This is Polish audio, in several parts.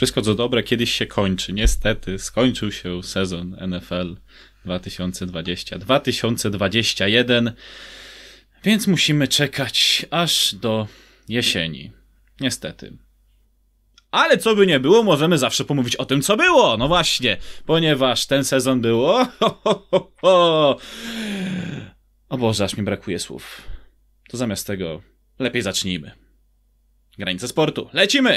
Wszystko co dobre kiedyś się kończy. Niestety skończył się sezon NFL 2020-2021, więc musimy czekać aż do jesieni. Niestety. Ale co by nie było, możemy zawsze pomówić o tym, co było. No właśnie, ponieważ ten sezon było... O Boże, aż mi brakuje słów. To zamiast tego lepiej zacznijmy. Granice sportu. Lecimy!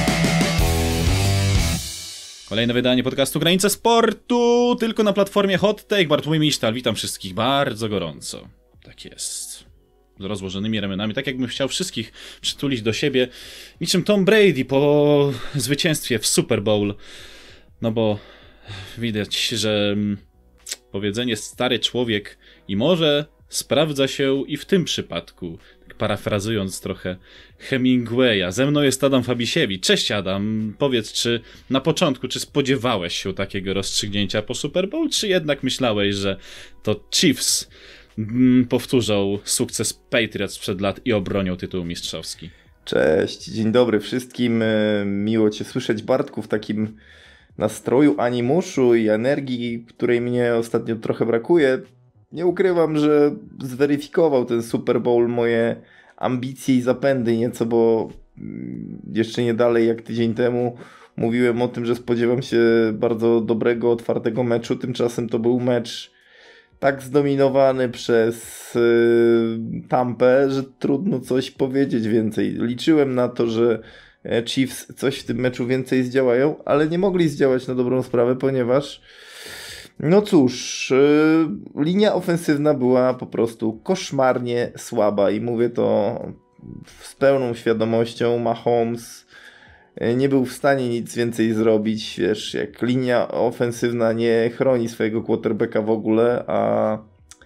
Kolejne wydanie podcastu Granice Sportu, tylko na platformie Hot Take. Bartłomiej Misztal, witam wszystkich bardzo gorąco. Tak jest. Z rozłożonymi ramionami, tak jakbym chciał wszystkich przytulić do siebie, niczym Tom Brady po zwycięstwie w Super Bowl. No bo widać, że powiedzenie stary człowiek i może sprawdza się i w tym przypadku. Tak parafrazując trochę Hemingwaya. Ze mną jest Adam Fabisiewicz. Cześć Adam, powiedz, czy na początku, czy spodziewałeś się takiego rozstrzygnięcia po Super Bowl, czy jednak myślałeś, że to Chiefs powtórzą sukces Patriots sprzed lat i obronią tytuł mistrzowski? Cześć, dzień dobry wszystkim. Miło Cię słyszeć, Bartku, w takim nastroju, animuszu i energii, której mnie ostatnio trochę brakuje. Nie ukrywam, że zweryfikował ten Super Bowl moje ambicje i zapędy nieco, bo jeszcze nie dalej jak tydzień temu mówiłem o tym, że spodziewam się bardzo dobrego, otwartego meczu. Tymczasem to był mecz tak zdominowany przez Tampę, że trudno coś powiedzieć więcej. Liczyłem na to, że Chiefs coś w tym meczu więcej zdziałają, ale nie mogli zdziałać na dobrą sprawę, ponieważ no cóż, linia ofensywna była po prostu koszmarnie słaba i mówię to z pełną świadomością. Mahomes nie był w stanie nic więcej zrobić, wiesz, jak linia ofensywna nie chroni swojego quarterbacka w ogóle, a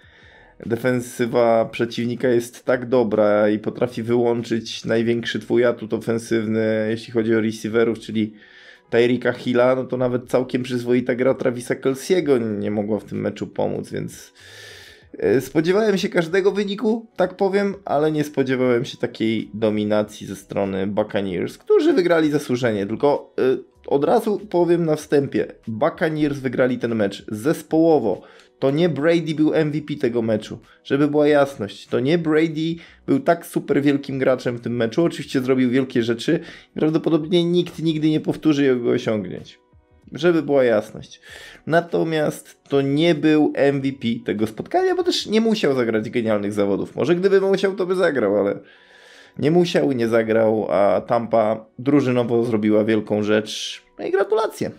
defensywa przeciwnika jest tak dobra i potrafi wyłączyć największy twój atut ofensywny, jeśli chodzi o receiverów, czyli Tyreeka Hilla, no to nawet całkiem przyzwoita gra Travisa Kelce'ego nie mogła w tym meczu pomóc, więc spodziewałem się każdego wyniku, tak powiem, ale nie spodziewałem się takiej dominacji ze strony Buccaneers, którzy wygrali zasłużenie, tylko od razu powiem na wstępie, Buccaneers wygrali ten mecz zespołowo. To nie Brady był MVP tego meczu, żeby była jasność. To nie Brady był tak super wielkim graczem w tym meczu. Oczywiście zrobił wielkie rzeczy i prawdopodobnie nikt nigdy nie powtórzy jego osiągnięć. Żeby była jasność. Natomiast to nie był MVP tego spotkania, bo też nie musiał zagrać genialnych zawodów. Może gdyby musiał, to by zagrał, ale nie musiał i nie zagrał, a Tampa drużynowo zrobiła wielką rzecz. No i gratulacje.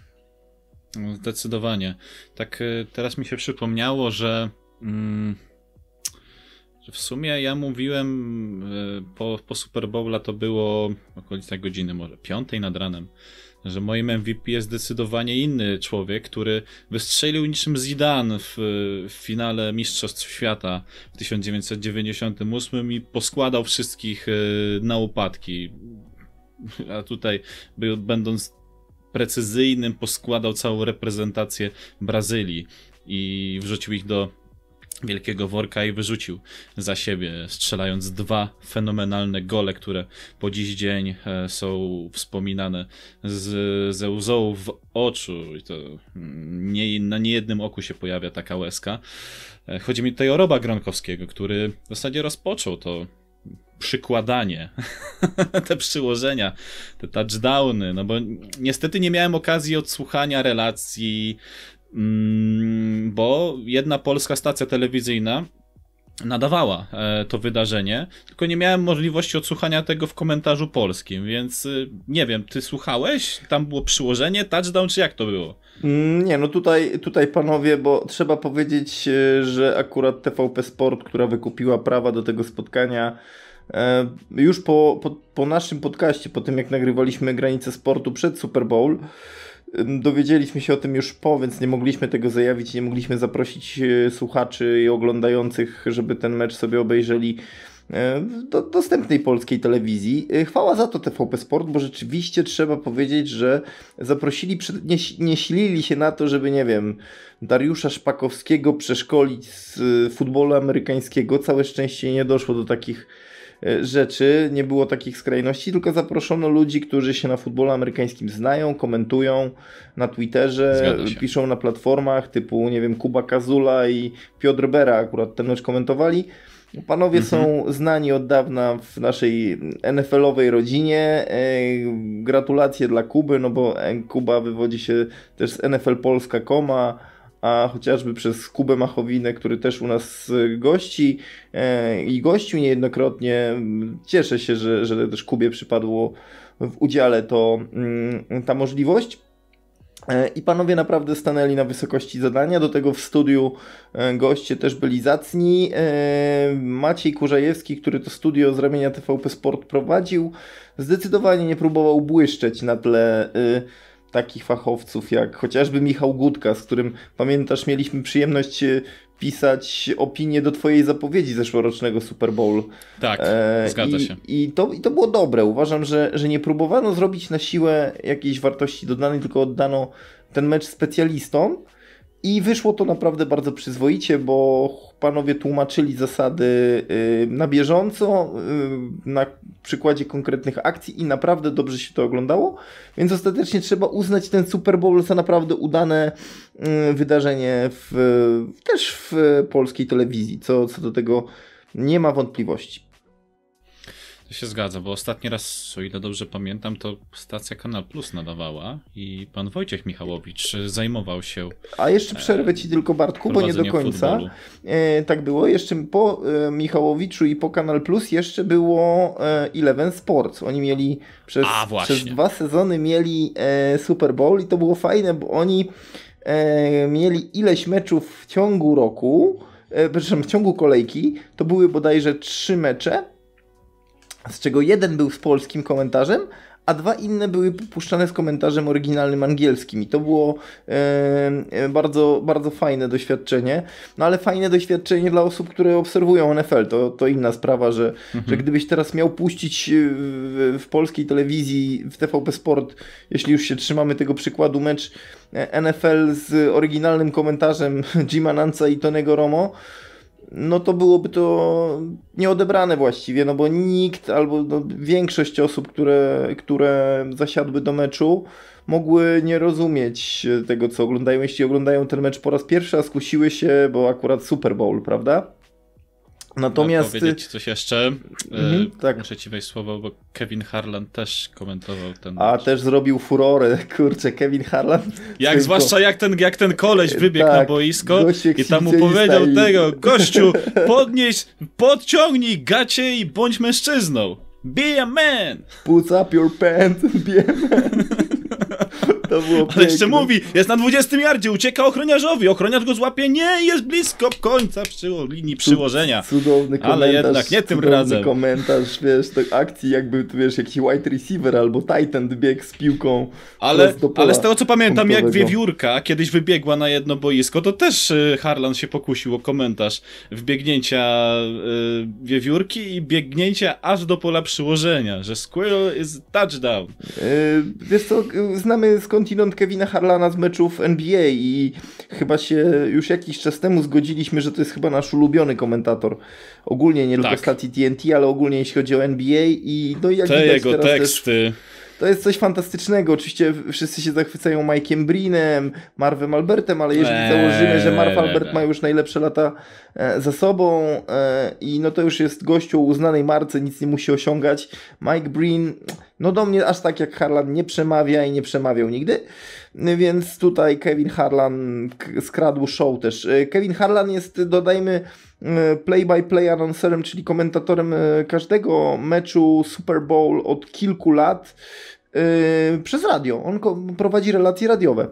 Zdecydowanie. Tak teraz mi się przypomniało, że w sumie ja mówiłem po Super Bowla, to było okolica godziny może 5 nad ranem, że moim MVP jest zdecydowanie inny człowiek, który wystrzelił niczym Zidane w finale Mistrzostw Świata w 1998 i poskładał wszystkich na upadki. A tutaj będąc precyzyjnym, poskładał całą reprezentację Brazylii i wrzucił ich do wielkiego worka i wyrzucił za siebie, strzelając 2 fenomenalne gole, które po dziś dzień są wspominane ze łzą w oczu i to na niejednym oku się pojawia taka łezka. Chodzi mi tutaj o Roba Gronkowskiego, który w zasadzie rozpoczął to przykładanie, te przyłożenia, te touchdowny, no bo niestety nie miałem okazji odsłuchania relacji, bo jedna polska stacja telewizyjna nadawała to wydarzenie, tylko nie miałem możliwości odsłuchania tego w komentarzu polskim, więc nie wiem, ty słuchałeś? Tam było przyłożenie, touchdown, czy jak to było? Nie, no tutaj panowie, bo trzeba powiedzieć, że akurat TVP Sport, która wykupiła prawa do tego spotkania, już po naszym podcaście, po tym jak nagrywaliśmy Granice Sportu przed Super Bowl, dowiedzieliśmy się o tym już więc nie mogliśmy tego zajawić, nie mogliśmy zaprosić słuchaczy i oglądających, żeby ten mecz sobie obejrzeli w dostępnej polskiej telewizji. Chwała za to TVP Sport, bo rzeczywiście trzeba powiedzieć, że zaprosili, nie silili się na to, żeby, nie wiem, Dariusza Szpakowskiego przeszkolić z futbolu amerykańskiego. Całe szczęście nie doszło do takich rzeczy, nie było takich skrajności, tylko zaproszono ludzi, którzy się na futbolu amerykańskim znają, komentują na Twitterze, piszą na platformach typu, nie wiem, Kuba Kazula i Piotr Bera akurat ten mecz komentowali. Panowie są znani od dawna w naszej NFL-owej rodzinie. Gratulacje dla Kuby, no bo Kuba wywodzi się też z NFLpolska.com, a chociażby przez Kubę Machowinę, który też u nas gości i gościł niejednokrotnie. Cieszę się, że też Kubie przypadło w udziale ta możliwość. I panowie naprawdę stanęli na wysokości zadania, do tego w studiu goście też byli zacni. Maciej Kurzajewski, który to studio z ramienia TVP Sport prowadził, zdecydowanie nie próbował błyszczeć na tle takich fachowców jak chociażby Michał Gutka, z którym, pamiętasz, mieliśmy przyjemność pisać opinię do twojej zapowiedzi zeszłorocznego Super Bowl. Tak, zgadza się. I to było dobre. Uważam, że nie próbowano zrobić na siłę jakiejś wartości dodanej, tylko oddano ten mecz specjalistom i wyszło to naprawdę bardzo przyzwoicie, bo panowie tłumaczyli zasady na bieżąco, na przykładzie konkretnych akcji i naprawdę dobrze się to oglądało, więc ostatecznie trzeba uznać ten Super Bowl za naprawdę udane wydarzenie też w polskiej telewizji, co do tego nie ma wątpliwości. To się zgadza, bo ostatni raz, o ile dobrze pamiętam, to stacja Kanal Plus nadawała i pan Wojciech Michałowicz zajmował się. A jeszcze przerwę ci tylko, Bartku, bo nie do końca. Tak było. Jeszcze po Michałowiczu i po Kanal Plus jeszcze było Eleven Sports. Oni mieli przez 2 sezony mieli Super Bowl i to było fajne, bo oni mieli ileś meczów w ciągu roku, przepraszam, w ciągu kolejki. To były bodajże 3 mecze, z czego jeden był z polskim komentarzem, a 2 inne były puszczane z komentarzem oryginalnym angielskim. I to było bardzo, bardzo fajne doświadczenie. No ale fajne doświadczenie dla osób, które obserwują NFL. To inna sprawa, że gdybyś teraz miał puścić w polskiej telewizji, w TVP Sport, jeśli już się trzymamy tego przykładu, mecz NFL z oryginalnym komentarzem Jima Nantza i Tonego Romo, no to byłoby to nieodebrane właściwie, no bo nikt albo większość osób, które zasiadły do meczu, mogły nie rozumieć tego, co oglądają, jeśli oglądają ten mecz po raz pierwszy, a skusiły się, bo akurat Super Bowl, prawda? Natomiast... powiedzieć coś jeszcze? Tak. Muszę ci wejść słowo, bo Kevin Harlan też komentował ten mecz. A też zrobił furorę, kurczę, Kevin Harlan. Zwłaszcza jak ten koleś wybiegł na boisko i tam mu powiedział tego, gościu, podciągnij gacie i bądź mężczyzną. Be a man! Put up your pants, be a man. To było ale jeszcze mówi, jest na 20 yardzie, ucieka ochroniarzowi, ochroniarz go złapie, nie, jest blisko końca linii przyłożenia. Cudowny komentarz. Ale jednak nie tym razem. Komentarz, wiesz, to akcji jakby, wiesz, jakiś wide receiver albo tight end biegł z piłką. Ale z tego co pamiętam, jak wiewiórka kiedyś wybiegła na jedno boisko, to też Harlan się pokusił o komentarz wbiegnięcia wiewiórki i biegnięcia aż do pola przyłożenia, że squirrel is touchdown. Wiesz co, znamy skądinąd Kevina Harlana z meczów NBA i chyba się już jakiś czas temu zgodziliśmy, że to jest chyba nasz ulubiony komentator. Ogólnie nie tylko stacji TNT, ale ogólnie jeśli chodzi o NBA i no jak te jego teksty. To jest coś fantastycznego. Oczywiście wszyscy się zachwycają Mike'iem Breenem, Marvem Albertem, ale jeżeli założymy, że Marv Albert ma już najlepsze lata za sobą i no to już jest gościu o uznanej marce, nic nie musi osiągać. Mike Breen, no do mnie aż tak jak Harlan nie przemawia i nie przemawiał nigdy, więc tutaj Kevin Harlan skradł show też. Kevin Harlan jest, dodajmy, play-by-play announcerem, czyli komentatorem każdego meczu Super Bowl od kilku lat przez radio. On prowadzi relacje radiowe.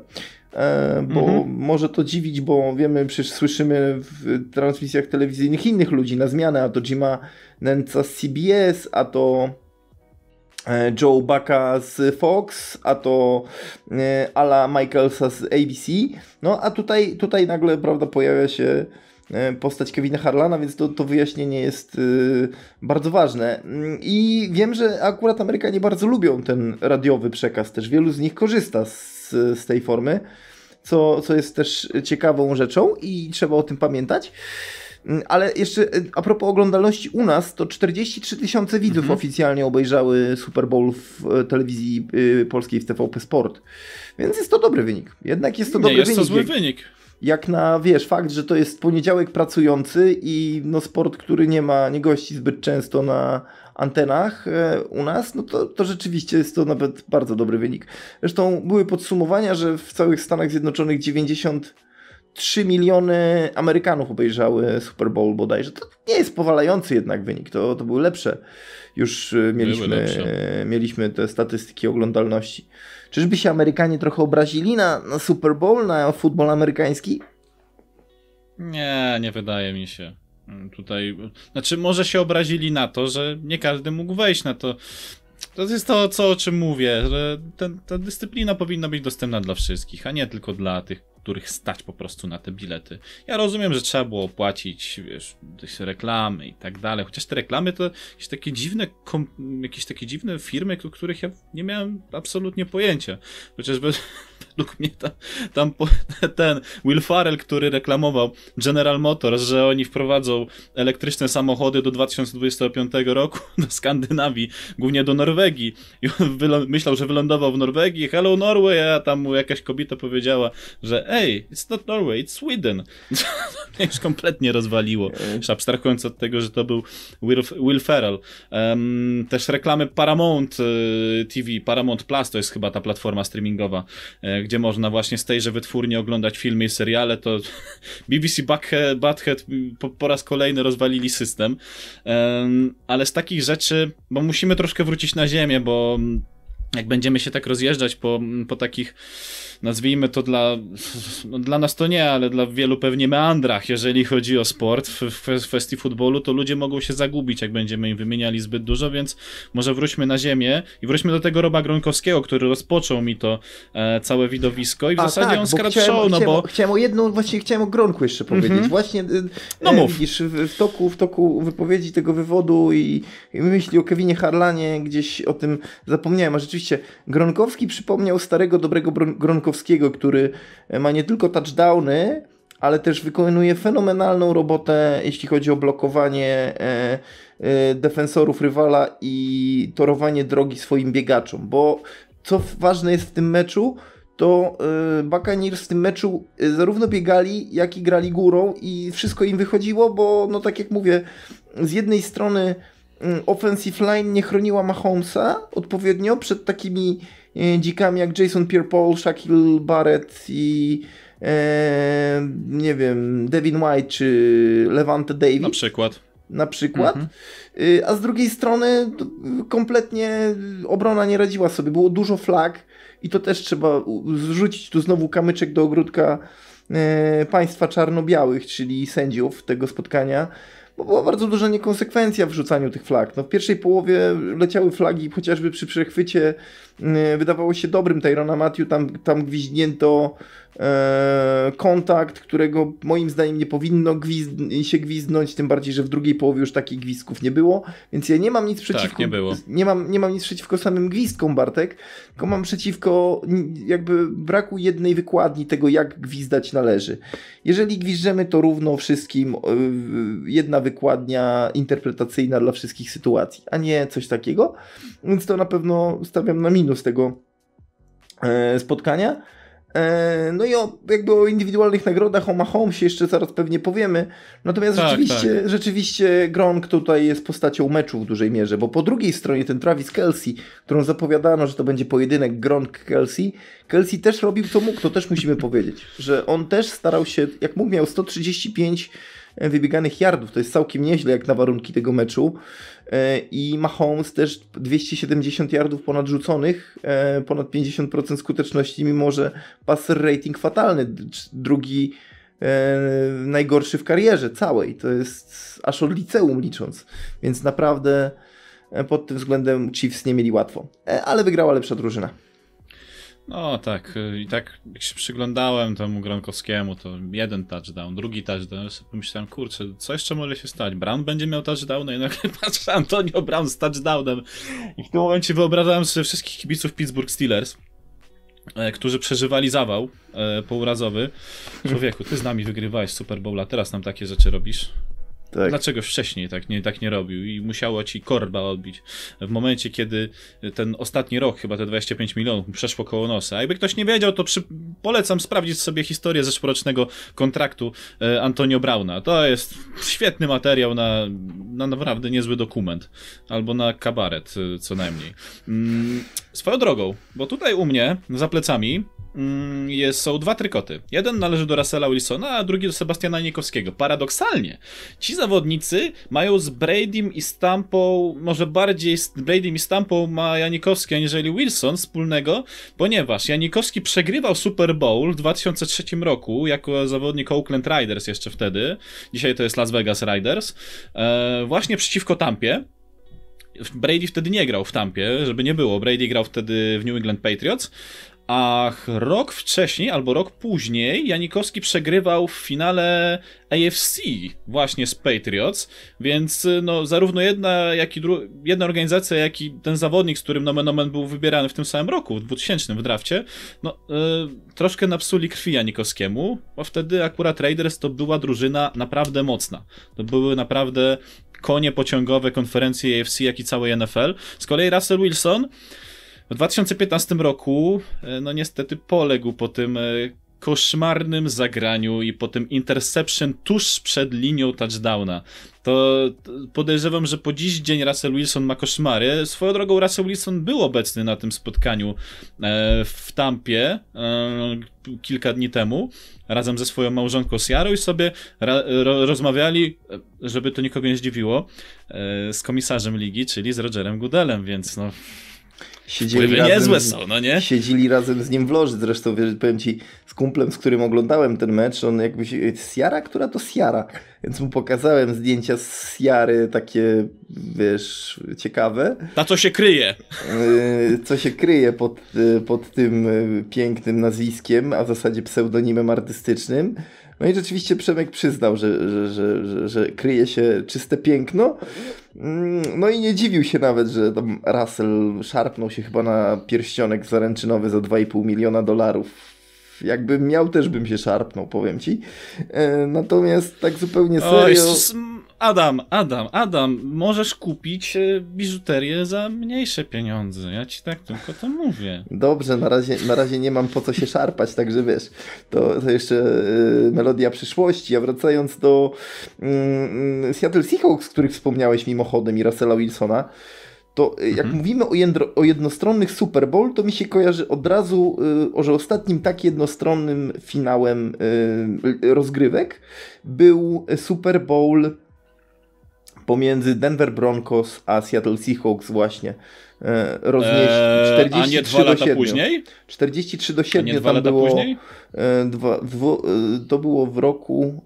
Bo może to dziwić, bo wiemy, przecież słyszymy w transmisjach telewizyjnych innych ludzi na zmianę, a to Jima Nantza z CBS, a to Joe Bucka z Fox, a to Ala Michaelsa z ABC. No a tutaj nagle, prawda, pojawia się postać Kevina Harlana, więc to wyjaśnienie jest bardzo ważne. I wiem, że akurat Amerykanie bardzo lubią ten radiowy przekaz też. Wielu z nich korzysta z tej formy, co jest też ciekawą rzeczą i trzeba o tym pamiętać. Ale jeszcze a propos oglądalności u nas, to 43 000 widzów oficjalnie obejrzały Super Bowl w telewizji polskiej w TVP Sport. Więc jest to dobry wynik. Jednak jest to dobry wynik. Nie jest to zły wynik. Jak na, wiesz, fakt, że to jest poniedziałek pracujący i no sport, który nie gości zbyt często na antenach u nas, no to rzeczywiście jest to nawet bardzo dobry wynik. Zresztą były podsumowania, że w całych Stanach Zjednoczonych 93 miliony Amerykanów obejrzały Super Bowl bodajże. To nie jest powalający jednak wynik, to były lepsze. Już mieliśmy te statystyki oglądalności. Czyżby się Amerykanie trochę obrazili na Super Bowl, na futbol amerykański? Nie wydaje mi się. Tutaj, znaczy może się obrazili na to, że nie każdy mógł wejść na to. To jest to, o czym mówię, że ta dyscyplina powinna być dostępna dla wszystkich, a nie tylko dla tych, których stać po prostu na te bilety. Ja rozumiem, że trzeba było opłacić, wiesz, reklamy i tak dalej, chociaż te reklamy to jakieś takie dziwne firmy, o których ja nie miałem absolutnie pojęcia. Chociażby według mnie ten Will Ferrell, który reklamował General Motors, że oni wprowadzą elektryczne samochody do 2025 roku do Skandynawii, głównie do Norwegii. I on myślał, że wylądował w Norwegii. Hello Norway, a tam mu jakaś kobieta powiedziała, że it's not Norway, it's Sweden. Mnie już kompletnie rozwaliło. Już abstrahując od tego, że to był Will Ferrell. Też reklamy Paramount TV, Paramount Plus, to jest chyba ta platforma streamingowa, gdzie można właśnie z tejże wytwórni oglądać filmy i seriale, to BBC Butthead po raz kolejny rozwalili system. Ale z takich rzeczy, bo musimy troszkę wrócić na ziemię, bo jak będziemy się tak rozjeżdżać po takich, nazwijmy to dla nas to nie, ale dla wielu pewnie meandrach, jeżeli chodzi o sport w kwestii futbolu, to ludzie mogą się zagubić, jak będziemy im wymieniali zbyt dużo, więc może wróćmy na ziemię i wróćmy do tego Roba Gronkowskiego, który rozpoczął mi to całe widowisko i w zasadzie tak, on skradł show, Chciałem o Gronku jeszcze powiedzieć. Właśnie widzisz, w toku wypowiedzi tego wywodu i myśli o Kevinie Harlanie, gdzieś o tym zapomniałem, a rzeczywiście Gronkowski przypomniał starego, dobrego Gronkowskiego, który ma nie tylko touchdowny, ale też wykonuje fenomenalną robotę, jeśli chodzi o blokowanie defensorów rywala i torowanie drogi swoim biegaczom, bo co ważne jest w tym meczu, to Buccaneers w tym meczu zarówno biegali, jak i grali górą i wszystko im wychodziło, bo no tak jak mówię, z jednej strony offensive line nie chroniła Mahomesa odpowiednio przed takimi dzikami jak Jason Pierre-Paul, Shaquille Barrett i nie wiem, Devin White czy Levante David. Na przykład. A z drugiej strony kompletnie obrona nie radziła sobie. Było dużo flag i to też trzeba zrzucić tu znowu kamyczek do ogródka państwa czarno-białych, czyli sędziów tego spotkania, bo była bardzo duża niekonsekwencja w rzucaniu tych flag. No, w pierwszej połowie leciały flagi, chociażby przy przechwycie wydawało się dobrym Tyrona Matthew, tam gwiźnięto kontakt, którego moim zdaniem nie powinno się gwizdnąć, tym bardziej, że w drugiej połowie już takich gwizdków nie było, więc ja nie mam nic przeciwko, tak, nie było. Nie mam nic przeciwko samym gwizdkom, Bartek, tylko mam przeciwko jakby braku jednej wykładni tego, jak gwizdać należy. Jeżeli gwizdżemy to równo wszystkim, jedna wykładnia interpretacyjna dla wszystkich sytuacji, a nie coś takiego, więc to na pewno stawiam na minus tego spotkania. No i jakby o indywidualnych nagrodach, o Mahomesie jeszcze zaraz pewnie powiemy. Natomiast rzeczywiście Gronk tutaj jest postacią meczu w dużej mierze, bo po drugiej stronie ten Travis Kelce, którą zapowiadano, że to będzie pojedynek Gronk-Kelce, Kelce też robił co mógł, to też musimy powiedzieć, że on też starał się, jak mógł, miał 135 wybieganych yardów, to jest całkiem nieźle jak na warunki tego meczu i Mahomes też 270 yardów ponad rzuconych, ponad 50% skuteczności, mimo że passer rating fatalny, drugi najgorszy w karierze całej, to jest aż od liceum licząc, więc naprawdę pod tym względem Chiefs nie mieli łatwo, ale wygrała lepsza drużyna. No tak, i tak jak się przyglądałem temu Gronkowskiemu, to jeden touchdown, drugi touchdown, sobie pomyślałem, kurczę, co jeszcze może się stać? Brown będzie miał touchdown, i nagle patrzę, Antonio Brown z touchdownem. I w tym momencie wyobrażałem sobie wszystkich kibiców Pittsburgh Steelers, którzy przeżywali zawał pourazowy. Człowieku, ty z nami wygrywałeś Super Bowla, teraz nam takie rzeczy robisz. Tak. Dlaczego wcześniej tak nie robił i musiało ci korba odbić. W momencie, kiedy ten ostatni rok, chyba te 25 milionów przeszło koło nosa. A jakby ktoś nie wiedział, to polecam sprawdzić sobie historię zeszłorocznego kontraktu Antonio Browna. To jest świetny materiał na naprawdę niezły dokument. Albo na kabaret, co najmniej. Swoją drogą, bo tutaj u mnie, za plecami, są 2 trykoty. Jeden należy do Russella Wilsona, a drugi do Sebastiana Janikowskiego. Paradoksalnie, ci zawodnicy mają z Bradym i Stampą, może bardziej z Bradym i Stampą ma Janikowski aniżeli Wilson wspólnego, ponieważ Janikowski przegrywał Super Bowl w 2003 roku jako zawodnik Oakland Raiders jeszcze wtedy. Dzisiaj to jest Las Vegas Raiders. Właśnie przeciwko Tampie. Brady wtedy nie grał w Tampie, żeby nie było. Brady grał wtedy w New England Patriots. A rok wcześniej, albo rok później, Janikowski przegrywał w finale AFC właśnie z Patriots, więc no, zarówno jedna organizacja, jak i ten zawodnik, z którym nomen omen był wybierany w tym samym roku, w 2000 w drafcie, no, troszkę napsuli krwi Janikowskiemu, bo wtedy akurat Raiders to była drużyna naprawdę mocna. To były naprawdę konie pociągowe konferencji AFC, jak i całej NFL. Z kolei Russell Wilson w 2015 roku, no niestety poległ po tym koszmarnym zagraniu i po tym interception tuż przed linią touchdowna. To podejrzewam, że po dziś dzień Russell Wilson ma koszmary. Swoją drogą Russell Wilson był obecny na tym spotkaniu w Tampie kilka dni temu, razem ze swoją małżonką Ciarą i sobie rozmawiali, żeby to nikogo nie zdziwiło, z komisarzem ligi, czyli z Rogerem Goodellem, więc no... niezłe są, no nie? Siedzieli razem z nim w loży, zresztą powiem ci, z kumplem, z którym oglądałem ten mecz, on jakbyś, Ciara? Która to Ciara? Więc mu pokazałem zdjęcia z Ciary, takie, wiesz, ciekawe. Ta co się kryje. Co się kryje pod tym pięknym nazwiskiem, a w zasadzie pseudonimem artystycznym. No i rzeczywiście Przemek przyznał, że kryje się czyste piękno. No i nie dziwił się nawet, że tam Russell szarpnął się chyba na pierścionek zaręczynowy za $2,5 miliona. Jakbym miał, też bym się szarpnął, powiem ci. Natomiast tak zupełnie serio... Adam, możesz kupić biżuterię za mniejsze pieniądze. Ja ci tak tylko to mówię. Dobrze, na razie nie mam po co się szarpać, także wiesz, to jeszcze melodia przyszłości. A wracając do Seattle Seahawks, z których wspomniałeś mimochodem, i Russella Wilsona, to jak mówimy o jednostronnych Super Bowl, to mi się kojarzy od razu, że ostatnim tak jednostronnym finałem rozgrywek był Super Bowl pomiędzy Denver Broncos a Seattle Seahawks właśnie. 43 a nie 2 lata później? 43-7 a nie 2 tam lata było. Później? To było w roku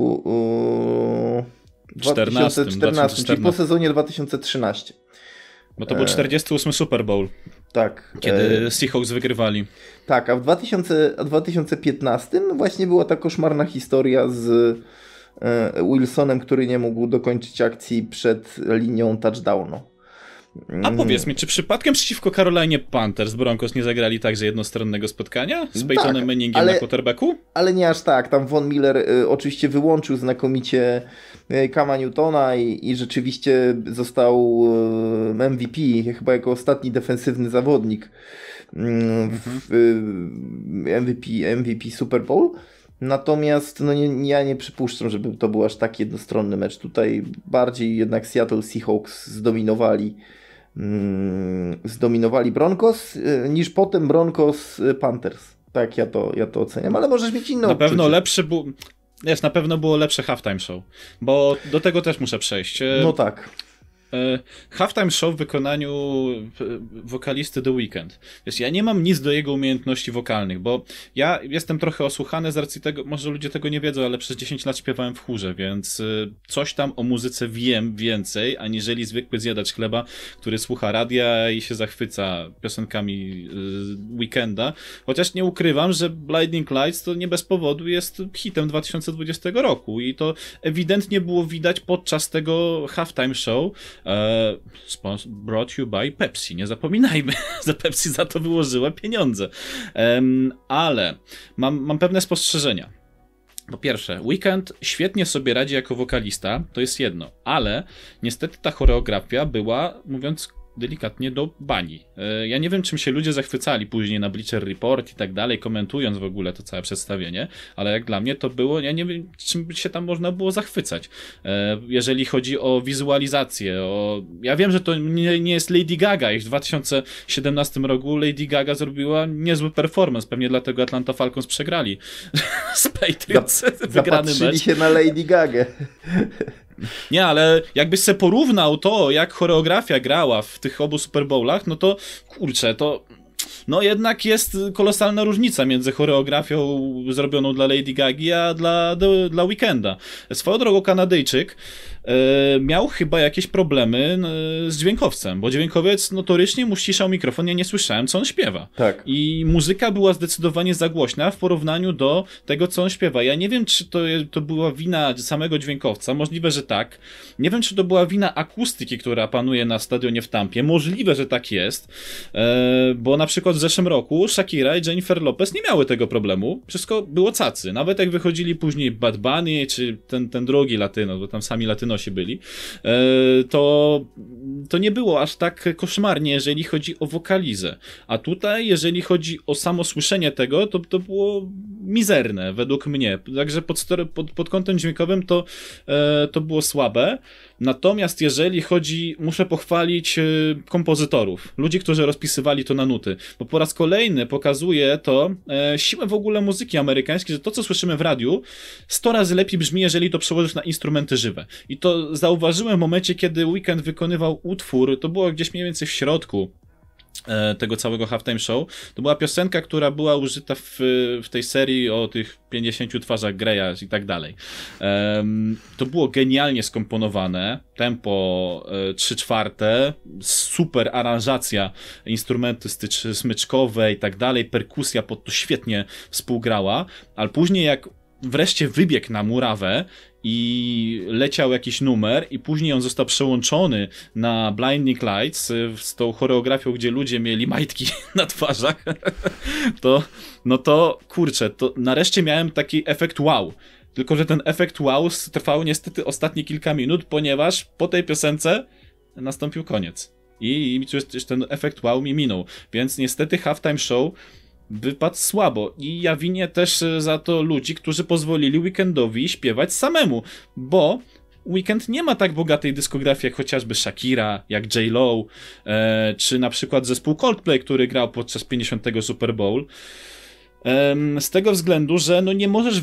2014, czyli po sezonie 2013. Bo to był 48 Super Bowl. Tak. Kiedy Seahawks wygrywali. Tak, a w 2015 właśnie była ta koszmarna historia z Wilsonem, który nie mógł dokończyć akcji przed linią touchdownu. A powiedz mi, czy przypadkiem przeciwko Carolinie Panthers Broncos nie zagrali także jednostronnego spotkania z Peytonem Manningiem na quarterbacku? Ale nie aż tak. Tam Von Miller oczywiście wyłączył znakomicie Cama Newtona i rzeczywiście został MVP, chyba jako ostatni defensywny zawodnik MVP Super Bowl. Natomiast no ja nie przypuszczam, żeby to był aż tak jednostronny mecz. Tutaj bardziej jednak Seattle Seahawks zdominowali Broncos, niż potem Broncos Panthers. Tak, ja to oceniam, ale możesz mieć inną. Na pewno lepszy był. Na pewno było lepsze halftime show, bo do tego też muszę przejść. No tak. Halftime show w wykonaniu wokalisty The Weeknd. Wiesz, ja nie mam nic do jego umiejętności wokalnych, bo ja jestem trochę osłuchany z racji tego, może ludzie tego nie wiedzą, ale przez 10 lat śpiewałem w chórze, więc coś tam o muzyce wiem więcej, aniżeli zwykły zjadacz chleba, który słucha radia i się zachwyca piosenkami Weekenda. Chociaż nie ukrywam, że Blinding Lights to nie bez powodu jest hitem 2020 roku i to ewidentnie było widać podczas tego halftime show. Brought you by Pepsi, nie zapominajmy, że Pepsi za to wyłożyła pieniądze. Ale mam pewne spostrzeżenia. Po pierwsze, Weeknd świetnie sobie radzi jako wokalista, to jest jedno, ale niestety ta choreografia była, mówiąc delikatnie, do bani. Ja nie wiem, czym się ludzie zachwycali później na Bleacher Report i tak dalej, komentując w ogóle to całe przedstawienie, ale jak dla mnie to było, ja nie wiem, czym się tam można było zachwycać. Jeżeli chodzi o wizualizację, ja wiem, że to nie jest Lady Gaga i w 2017 roku Lady Gaga zrobiła niezły performance, pewnie dlatego Atlanta Falcons przegrali z Patriots, wygrany mecz. Się na Lady Gagę. Nie, ale jakbyś se porównał to, jak choreografia grała w tych obu Super Bowlach, no to kurczę, to no jednak jest kolosalna różnica między choreografią zrobioną dla Lady Gagi, a dla Weekenda. Swoją drogą Kanadyjczyk miał chyba jakieś problemy z dźwiękowcem, bo dźwiękowiec notorycznie mu ściszał mikrofon, ja nie słyszałem, co on śpiewa. Tak. I muzyka była zdecydowanie za głośna w porównaniu do tego, co on śpiewa. Ja nie wiem, czy to była wina samego dźwiękowca, możliwe, że tak. Nie wiem, czy to była wina akustyki, która panuje na stadionie w Tampie. Możliwe, że tak jest, bo na przykład w zeszłym roku Shakira i Jennifer Lopez nie miały tego problemu. Wszystko było cacy. Nawet jak wychodzili później Bad Bunny, czy ten drugi latyno, bo tam sami latynosi byli, to nie było aż tak koszmarnie, jeżeli chodzi o wokalizę. A tutaj, jeżeli chodzi o samo słyszenie tego, to było mizerne, według mnie. Także pod kątem dźwiękowym to było słabe. Natomiast jeżeli chodzi, muszę pochwalić kompozytorów, ludzi, którzy rozpisywali to na nuty, bo po raz kolejny pokazuje to siłę w ogóle muzyki amerykańskiej, że to, co słyszymy w radiu, 100 razy lepiej brzmi, jeżeli to przełożysz na instrumenty żywe. I to zauważyłem w momencie, kiedy Weeknd wykonywał utwór, to było gdzieś mniej więcej w środku tego całego halftime show. To była piosenka, która była użyta w tej serii o tych 50 twarzach Greya i tak dalej. To było genialnie skomponowane, tempo 3/4, super aranżacja, instrumenty smyczkowe i tak dalej, perkusja pod to świetnie współgrała, ale później jak wreszcie wybiegł na murawę i leciał jakiś numer i później on został przełączony na Blinding Lights z tą choreografią, gdzie ludzie mieli majtki na twarzach, to kurczę, to nareszcie miałem taki efekt wow. Tylko że ten efekt wow trwał niestety ostatnie kilka minut, ponieważ po tej piosence nastąpił koniec. I już ten efekt wow mi minął. Więc niestety halftime show wypadł słabo i ja winię też za to ludzi, którzy pozwolili Weekendowi śpiewać samemu, bo Weeknd nie ma tak bogatej dyskografii jak chociażby Shakira, jak J.Lo, czy na przykład zespół Coldplay, który grał podczas 50. Super Bowl. Z tego względu, że no nie możesz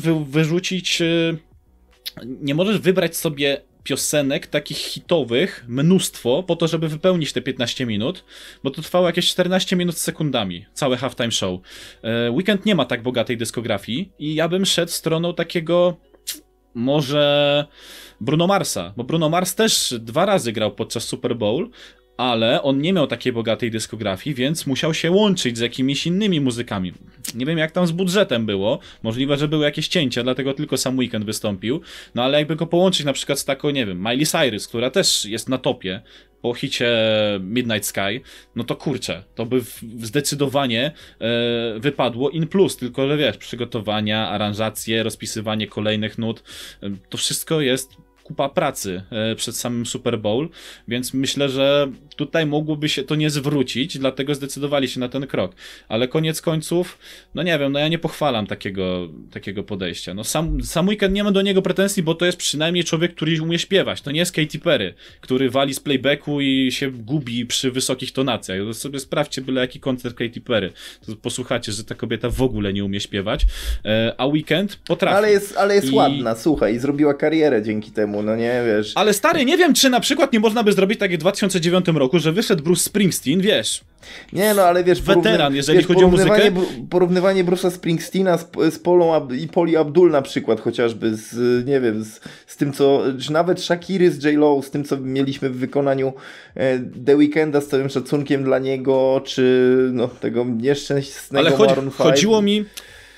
nie możesz wybrać sobie piosenek takich hitowych, mnóstwo, po to, żeby wypełnić te 15 minut, bo to trwało jakieś 14 minut z sekundami, całe halftime show. Weeknd nie ma tak bogatej dyskografii i ja bym szedł stroną takiego może Bruno Marsa, bo Bruno Mars też 2 razy grał podczas Super Bowl, ale on nie miał takiej bogatej dyskografii, więc musiał się łączyć z jakimiś innymi muzykami. Nie wiem, jak tam z budżetem było, możliwe, że były jakieś cięcia, dlatego tylko sam Weeknd wystąpił, no ale jakby go połączyć na przykład z taką, nie wiem, Miley Cyrus, która też jest na topie po hicie Midnight Sky, no to kurczę, to by zdecydowanie wypadło in plus, tylko że wiesz, przygotowania, aranżacje, rozpisywanie kolejnych nut, to wszystko jest kupa pracy przed samym Super Bowl, więc myślę, że tutaj mogłoby się to nie zwrócić, dlatego zdecydowali się na ten krok. Ale koniec końców, no nie wiem, no ja nie pochwalam takiego podejścia. No sam Weeknd nie ma do niego pretensji, bo to jest przynajmniej człowiek, który umie śpiewać. To nie jest Katy Perry, który wali z playbacku i się gubi przy wysokich tonacjach. To sobie sprawdźcie byle jaki koncert Katy Perry. To posłuchacie, że ta kobieta w ogóle nie umie śpiewać, a Weeknd potrafi. Ale jest ładna, słuchaj, i zrobiła karierę dzięki temu. No nie, wiesz. Ale stary, nie wiem, czy na przykład nie można by zrobić tak jak w 2009 roku, że wyszedł Bruce Springsteen, wiesz. Nie, no ale wiesz, weteran, jeżeli chodzi o muzykę. Porównywanie Bruce'a Springsteena z Polą i Poli Abdul na przykład chociażby nie wiem, z tym co, czy nawet Shakiry z J.Lo, z tym co mieliśmy w wykonaniu The Weeknda, z całym szacunkiem dla niego, czy no tego nieszczęsnego ale chodziło mi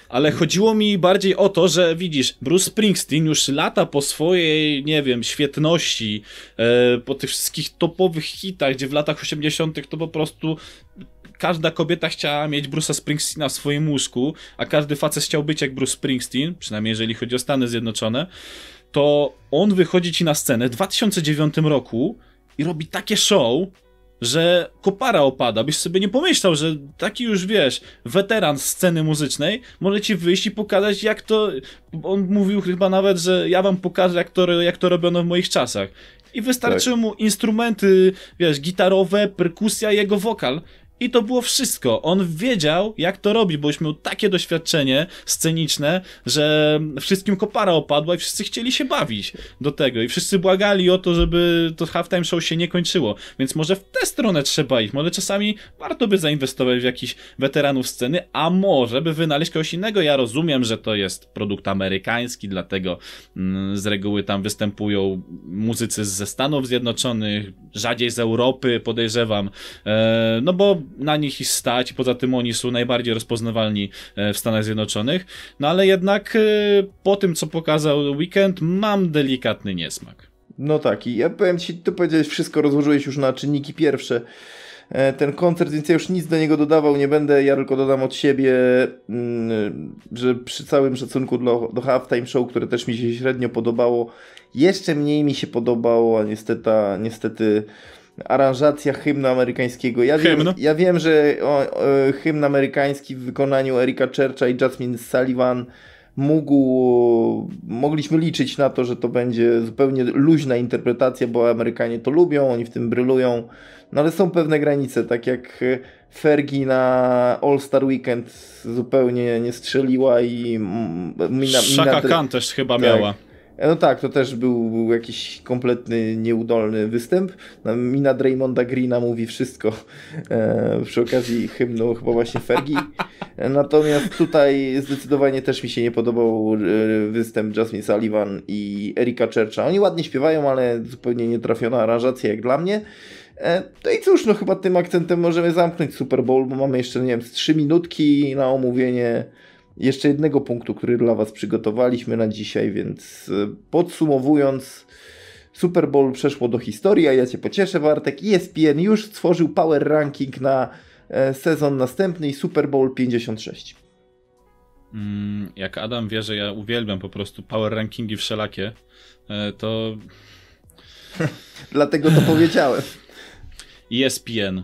ale chodziło mi bardziej o to, że widzisz, Bruce Springsteen już lata po swojej, nie wiem, świetności, po tych wszystkich topowych hitach, gdzie w latach 80. to po prostu każda kobieta chciała mieć Bruce'a Springsteena w swoim łóżku, a każdy facet chciał być jak Bruce Springsteen, przynajmniej jeżeli chodzi o Stany Zjednoczone, to on wychodzi ci na scenę w 2009 roku i robi takie show, że kopara opada, byś sobie nie pomyślał, że taki już, wiesz, weteran sceny muzycznej może ci wyjść i pokazać, jak to... On mówił chyba nawet, że ja wam pokażę, jak to robiono w moich czasach. I wystarczyły mu instrumenty, wiesz, gitarowe, perkusja i jego wokal. I to było wszystko. On wiedział, jak to robić, bo już miał takie doświadczenie sceniczne, że wszystkim kopara opadła i wszyscy chcieli się bawić do tego. I wszyscy błagali o to, żeby to halftime show się nie kończyło. Więc może w tę stronę trzeba iść. Może czasami warto by zainwestować w jakichś weteranów sceny, a może by wynaleźć kogoś innego. Ja rozumiem, że to jest produkt amerykański, dlatego z reguły tam występują muzycy ze Stanów Zjednoczonych, rzadziej z Europy, podejrzewam. No bo na nich ich stać, poza tym oni są najbardziej rozpoznawalni w Stanach Zjednoczonych, no ale jednak po tym, co pokazał Weeknd, mam delikatny niesmak. No tak, i ja powiem ci, ty powiedziałeś wszystko, rozłożyłeś już na czynniki pierwsze ten koncert, więc ja już nic do niego dodawał nie będę, ja tylko dodam od siebie, że przy całym szacunku do Halftime Show, które też mi się średnio podobało, jeszcze mniej mi się podobało, a niestety aranżacja hymnu amerykańskiego. Ja wiem, że hymn amerykański w wykonaniu Erika Churcha i Jasmine Sullivan mogliśmy liczyć na to, że to będzie zupełnie luźna interpretacja, bo Amerykanie to lubią, oni w tym brylują, no ale są pewne granice, tak jak Fergie na All Star Weekend zupełnie nie strzeliła i Chaka Khan też chyba miała. No tak, to też był jakiś kompletny, nieudolny występ. Mina Draymonda Greena mówi wszystko przy okazji hymnu chyba właśnie Fergie. Natomiast tutaj zdecydowanie też mi się nie podobał występ Jasmine Sullivan i Erika Churcha. Oni ładnie śpiewają, ale zupełnie nietrafiona aranżacja jak dla mnie. No i cóż, no chyba tym akcentem możemy zamknąć Super Bowl, bo mamy jeszcze, nie wiem, 3 minutki na omówienie jeszcze jednego punktu, który dla was przygotowaliśmy na dzisiaj, więc podsumowując, Super Bowl przeszło do historii, a ja cię pocieszę, Bartek. ESPN już stworzył Power Ranking na sezon następny i Super Bowl 56. Jak Adam wie, że ja uwielbiam po prostu Power Rankingi wszelakie, to... Dlatego to powiedziałem. ESPN.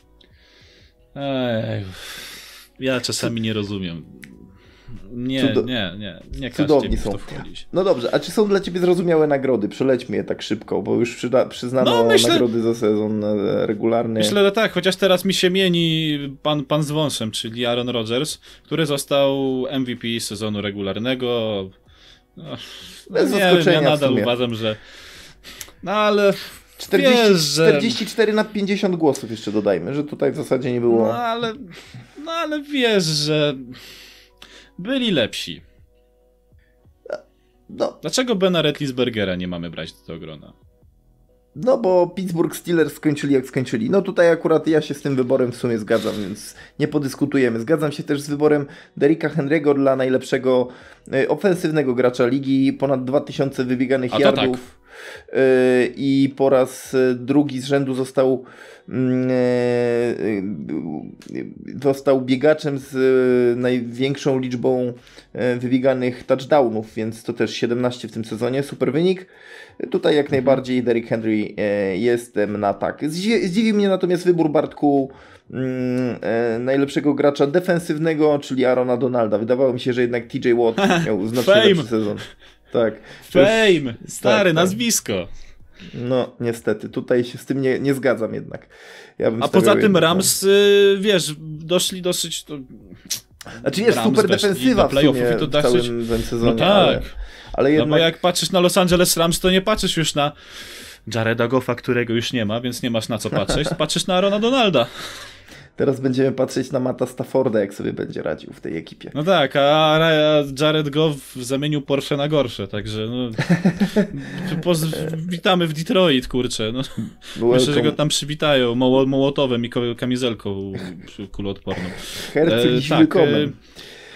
Ja czasami nie rozumiem. Nie cudowni są. No dobrze, a czy są dla ciebie zrozumiałe nagrody? Przelećmy je tak szybko, bo już przyznano nagrody za sezon regularny. Myślę, że tak, chociaż teraz mi się mieni pan z wąsem, czyli Aaron Rodgers, który został MVP sezonu regularnego. Bez zaskoczenia, ja nadal uważam, że... No ale... 44 na 50 głosów jeszcze dodajmy, że tutaj w zasadzie nie było... No ale wiesz, że byli lepsi. No. Dlaczego Bena Roethlisbergera nie mamy brać do tego grona? No bo Pittsburgh Steelers skończyli jak skończyli. No tutaj akurat ja się z tym wyborem w sumie zgadzam, więc nie podyskutujemy. Zgadzam się też z wyborem Derricka Henry'ego dla najlepszego ofensywnego gracza ligi. Ponad 2000 wybieganych yardów. Tak. I po raz drugi z rzędu został biegaczem z największą liczbą wybieganych touchdownów, więc to też 17 w tym sezonie, super wynik. Tutaj jak najbardziej Derrick Henry jestem na tak. Zdziwił mnie natomiast wybór, Bartku, najlepszego gracza defensywnego, czyli Aarona Donalda. Wydawało mi się, że jednak TJ Watt miał znacznie lepszy sezon. Tak. Fame! Stary, tak, nazwisko. No, niestety. Tutaj się z tym nie zgadzam jednak. A poza tym Rams, wiesz, doszli dosyć... Znaczy jest super defensywa w sumie to w całym sezonie. No tak. Ale jednak... No bo jak patrzysz na Los Angeles Rams, to nie patrzysz już na Jareda Goffa, którego już nie ma, więc nie masz na co patrzeć. Patrzysz na Aarona Donalda. Teraz będziemy patrzeć na Matta Stafforda, jak sobie będzie radził w tej ekipie. No tak, a Jared Goff zamienił Porsche na gorsze, także no, witamy w Detroit, kurczę. No. Myślę, że go tam przywitają Mołotowem i kamizelką kuloodporną. Herzlich willkommen.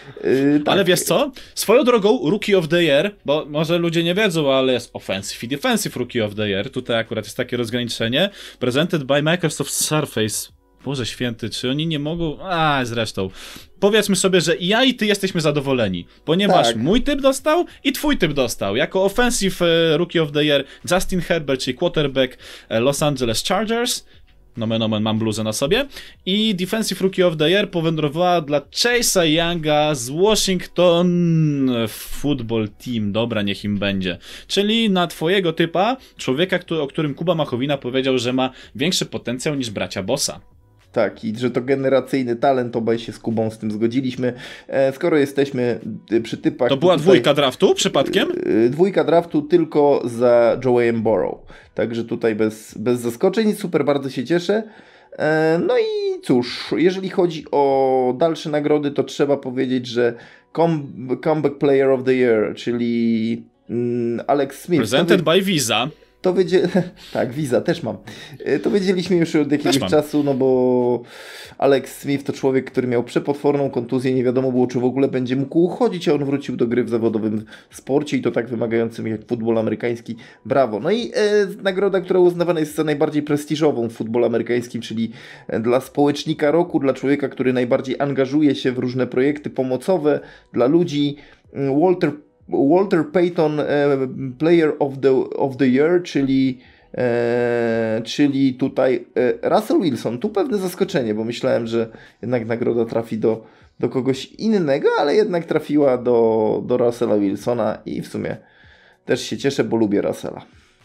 Tak. Ale wiesz co? Swoją drogą Rookie of the Year, bo może ludzie nie wiedzą, ale jest Offensive i Defensive Rookie of the Year. Tutaj akurat jest takie rozgraniczenie. Presented by Microsoft Surface. Boże święty, czy oni nie mogą... Zresztą. Powiedzmy sobie, że ja i ty jesteśmy zadowoleni, ponieważ mój typ dostał i twój typ dostał. Jako Offensive Rookie of the Year Justin Herbert, czyli quarterback Los Angeles Chargers. Nomen omen, mam bluzę na sobie. I Defensive Rookie of the Year powędrowała dla Chase'a Younga z Washington Football Team. Dobra, niech im będzie. Czyli na twojego typa, człowieka, o którym Kuba Machowina powiedział, że ma większy potencjał niż bracia Bossa. Tak, i że to generacyjny talent, obaj się z Kubą z tym zgodziliśmy. Skoro jesteśmy przy typach... To była dwójka draftu przypadkiem? Dwójka draftu tylko za Joe'em Burrow. Także tutaj bez zaskoczeń, super, bardzo się cieszę. No i cóż, jeżeli chodzi o dalsze nagrody, to trzeba powiedzieć, że Comeback Player of the Year, czyli Alex Smith. Presented by Visa. Tak, Visa też mam. To wiedzieliśmy już od jakiegoś czasu, no bo Alex Smith to człowiek, który miał przepotworną kontuzję, nie wiadomo było, czy w ogóle będzie mógł uchodzić, a on wrócił do gry w zawodowym sporcie i to tak wymagającym jak futbol amerykański. Brawo. No i nagroda, która uznawana jest za najbardziej prestiżową w futbolu amerykańskim, czyli dla społecznika roku, dla człowieka, który najbardziej angażuje się w różne projekty pomocowe dla ludzi. Walter Payton Player of the Year, czyli tutaj Russell Wilson. Tu pewne zaskoczenie, bo myślałem, że jednak nagroda trafi do kogoś innego, ale jednak trafiła do Russella Wilsona i w sumie też się cieszę, bo lubię Russella.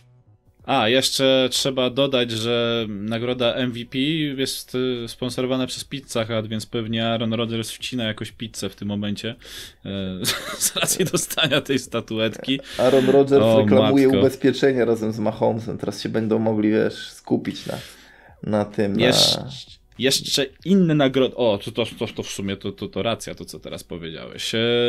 Jeszcze trzeba dodać, że nagroda MVP jest sponsorowana przez Pizza Hut, więc pewnie Aaron Rodgers wcina jakąś pizzę w tym momencie z racji dostania tej statuetki. Aaron Rodgers reklamuje ubezpieczenie razem z Mahomesem. Teraz się będą mogli, skupić na tym. Jeszcze inne nagrody. To w sumie to racja, to co teraz powiedziałeś.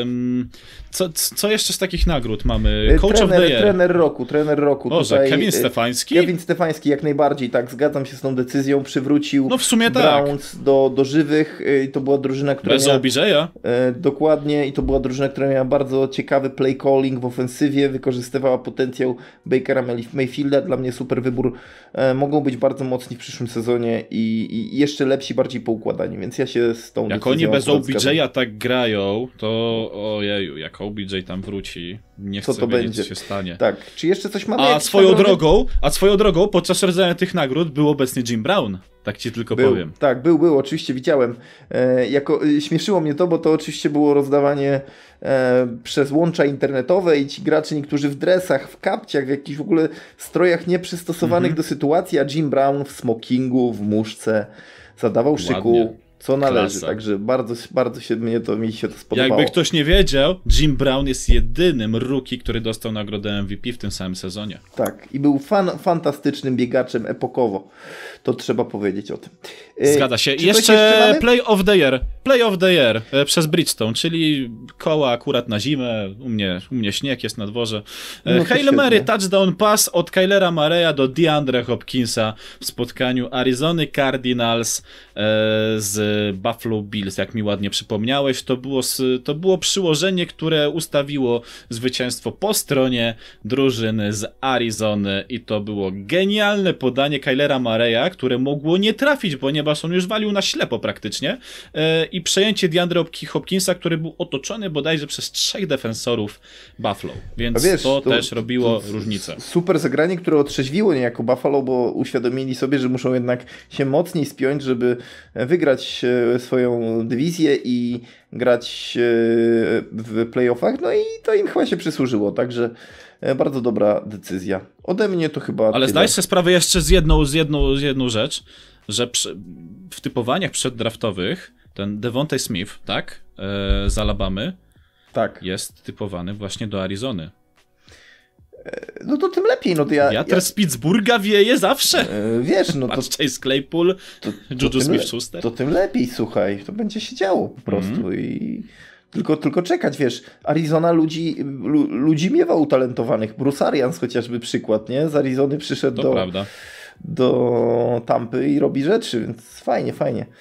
Co jeszcze z takich nagród mamy? Coach of the Year. Trener roku. Boże, tutaj, Kevin Stefański? Kevin Stefański, jak najbardziej, tak, zgadzam się z tą decyzją. Przywrócił w sumie Browns tak. do żywych i to była drużyna, która bez OBJ'a? Dokładnie, i to była drużyna, która miała bardzo ciekawy play calling w ofensywie, wykorzystywała potencjał Bakera Mayfielda. Dla mnie super wybór. Mogą być bardzo mocni w przyszłym sezonie i jeszcze lepsi, bardziej poukładani, więc ja się z tą jak oni bez OBJ'a tak grają, to ojeju, jak OBJ tam wróci, nie chcę wiedzieć, co się stanie. Tak, czy jeszcze coś mamy? A swoją drogą, podczas rozdania tych nagród był obecny Jim Brown. Tak ci tylko powiem. Tak, był, oczywiście widziałem. Śmieszyło mnie to, bo to oczywiście było rozdawanie przez łącza internetowe i ci gracze niektórzy w dresach, w kapciach, w jakichś w ogóle strojach nieprzystosowanych do sytuacji, a Jim Brown w smokingu, w muszce zadawał szyku, co należy. Klasa. Także bardzo mi się to spodobało. Jakby ktoś nie wiedział, Jim Brown jest jedynym rookie, który dostał nagrodę MVP w tym samym sezonie. Tak, i był fantastycznym biegaczem epokowo. To trzeba powiedzieć o tym. Zgadza się. Jeszcze Play of the Year przez Bridgestone, czyli koła akurat na zimę. U mnie śnieg jest na dworze. Hail Mary touchdown pass od Kylera Murraya do DeAndre Hopkinsa w spotkaniu Arizony Cardinals z Buffalo Bills. Jak mi ładnie przypomniałeś, to było przyłożenie, które ustawiło zwycięstwo po stronie drużyny z Arizony i to było genialne podanie Kylera Murraya, które mogło nie trafić, ponieważ on już walił na ślepo praktycznie, i przejęcie DeAndre Hopkinsa, który był otoczony bodajże przez 3 defensorów Buffalo, więc to też robiło różnicę. Super zagranie, które otrzeźwiło niejako Buffalo, bo uświadomili sobie, że muszą jednak się mocniej spiąć, żeby wygrać swoją dywizję i grać w playoffach, no i to im chyba się przysłużyło, także bardzo dobra decyzja. Ode mnie to chyba ale zdajesz sobie sprawę jeszcze z jedną rzecz, że w typowaniach przeddraftowych ten Devontae Smith, tak, z Alabamy, tak, jest typowany właśnie do Arizony. No to tym lepiej. Wiatr z Pittsburgha wieje zawsze. Wiesz, Patrz, Chase Claypool, Juju Smith-Schuster. To tym lepiej, słuchaj. To będzie się działo po prostu i tylko czekać, wiesz. Arizona ludzi miewa utalentowanych. Bruce Arians chociażby przykład, nie? Z Arizony przyszedł do Tampy i robi rzeczy, więc fajnie.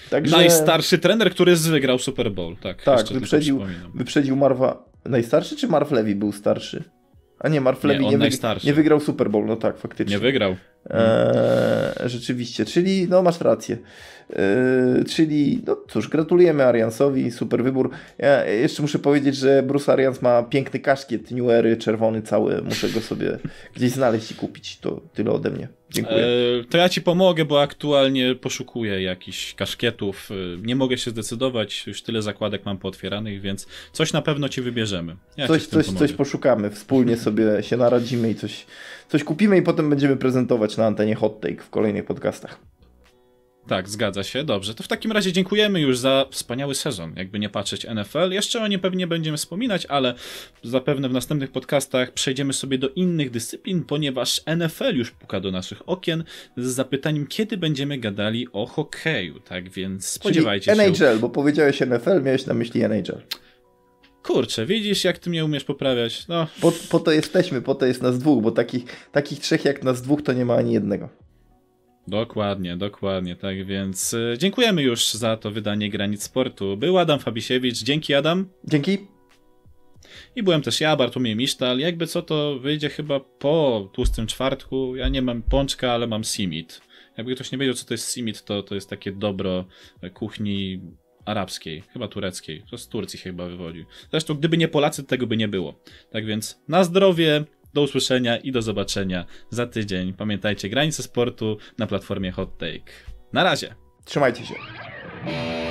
Także... Najstarszy trener, który wygrał Super Bowl. Tak, wyprzedził Marva. Najstarszy czy Marv Levy był starszy? A nie, Marv Levy nie wygrał Super Bowl, no tak, faktycznie. Nie wygrał. Rzeczywiście, czyli no masz rację. Czyli no cóż, gratulujemy Ariansowi, super wybór. Ja jeszcze muszę powiedzieć, że Bruce Arians ma piękny kaszkiet New Ery, czerwony cały, muszę go sobie gdzieś znaleźć i kupić. To tyle ode mnie. Dziękuję. To ja ci pomogę, bo aktualnie poszukuję jakichś kaszkietów. Nie mogę się zdecydować, już tyle zakładek mam pootwieranych, więc coś na pewno ci wybierzemy. Coś poszukamy, wspólnie sobie się naradzimy i coś kupimy i potem będziemy prezentować na antenie Hot Take w kolejnych podcastach. Tak, zgadza się. Dobrze, to w takim razie dziękujemy już za wspaniały sezon, jakby nie patrzeć NFL. Jeszcze o nie pewnie będziemy wspominać, ale zapewne w następnych podcastach przejdziemy sobie do innych dyscyplin, ponieważ NFL już puka do naszych okien z zapytaniem, kiedy będziemy gadali o hokeju. Tak więc spodziewajcie się. NHL, bo powiedziałeś NFL, miałeś na myśli NHL. Kurczę, widzisz, jak ty mnie umiesz poprawiać. No. Po to jesteśmy, po to jest nas dwóch, bo takich trzech jak nas dwóch to nie ma ani jednego. Dokładnie, tak więc dziękujemy już za to wydanie Granic Sportu. Był Adam Fabisiewicz, dzięki Adam. Dzięki. I byłem też ja, Bartłomiej Misztal. Jakby co, to wyjdzie chyba po tłustym czwartku. Ja nie mam pączka, ale mam simit. Jakby ktoś nie wiedział, co to jest simit, to jest takie dobro kuchni arabskiej, chyba tureckiej. To z Turcji się chyba wywodzi. Zresztą, gdyby nie Polacy, tego by nie było. Tak więc na zdrowie. Do usłyszenia i do zobaczenia za tydzień. Pamiętajcie, Granice Sportu na platformie Hot Take. Na razie. Trzymajcie się.